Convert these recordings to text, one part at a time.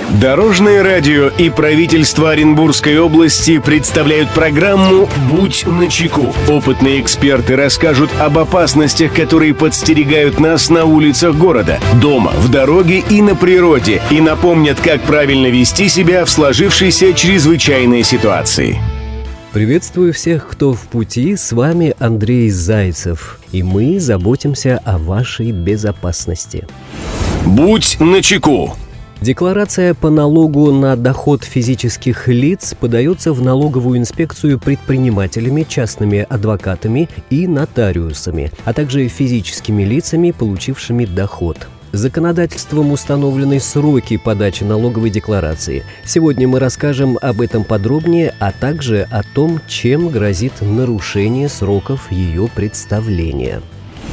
Дорожное радио и правительство Оренбургской области представляют программу «Будь начеку». Опытные эксперты расскажут об опасностях, которые подстерегают нас на улицах города, дома, в дороге и на природе, и напомнят, как правильно вести себя в сложившейся чрезвычайной ситуации. Приветствую всех, кто в пути. С вами Андрей Зайцев, и мы заботимся о вашей безопасности. Будь начеку. Декларация по налогу на доход физических лиц подается в налоговую инспекцию предпринимателями, частными адвокатами и нотариусами, а также физическими лицами, получившими доход. Законодательством установлены сроки подачи налоговой декларации. Сегодня мы расскажем об этом подробнее, а также о том, чем грозит нарушение сроков ее представления.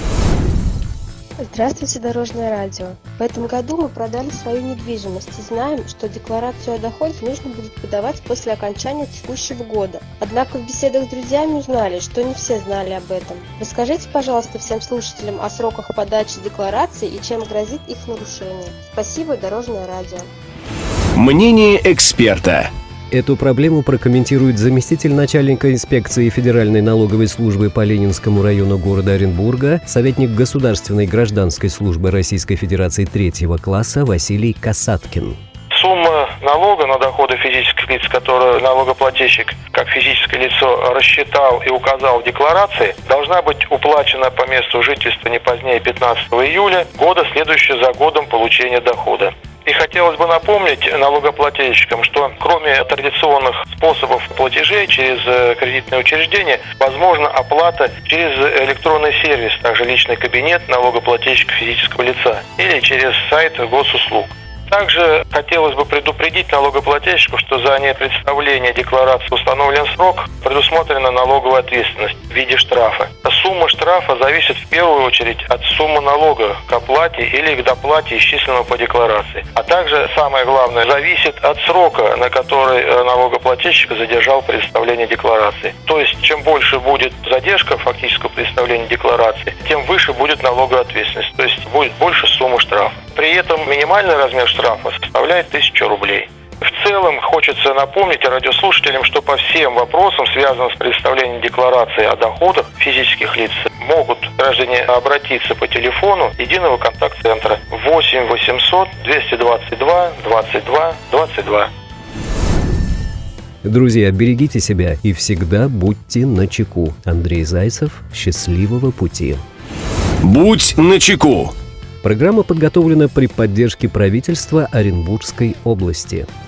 Здравствуйте, Дорожное радио. В этом году мы продали свою недвижимость и знаем, что декларацию о доходе нужно будет подавать после окончания текущего года. Однако в беседах с друзьями узнали, что не все знали об этом. Расскажите, пожалуйста, всем слушателям о сроках подачи декларации и чем грозит их нарушение. Спасибо, Дорожное радио. Мнение эксперта. Эту проблему прокомментирует заместитель начальника инспекции Федеральной налоговой службы по Ленинскому району города Оренбурга, советник Государственной гражданской службы Российской Федерации 3-го класса Василий Касаткин. Сумма налога на доходы физических лиц, которую налогоплательщик как физическое лицо рассчитал и указал в декларации, должна быть уплачена по месту жительства не позднее 15 июля года, следующего за годом получения дохода. И хотелось бы напомнить налогоплательщикам, что кроме традиционных способов платежей через кредитные учреждения, возможна оплата через электронный сервис, также личный кабинет налогоплательщика физического лица или через сайт госуслуг. Также хотелось бы предупредить налогоплательщику, что за непредставление декларации в установлен срок предусмотрена налоговая ответственность в виде штрафа. Сумма штрафа зависит в первую очередь от суммы налога к оплате или к доплате, исчисленного по декларации. А также, самое главное, зависит от срока, на который налогоплательщик задержал представление декларации. То есть, чем больше будет задержка фактического представления декларации, тем выше будет налоговая ответственность, то есть будет больше суммы штрафа. При этом минимальный размер штрафа составляет 1000 рублей. В целом, хочется напомнить радиослушателям, что по всем вопросам, связанным с представлением декларации о доходах физических лиц, могут граждане обратиться по телефону единого контакт-центра 8 800 222 22 22. Друзья, берегите себя и всегда будьте начеку. Андрей Зайцев. Счастливого пути. Будь начеку. Программа подготовлена при поддержке правительства Оренбургской области.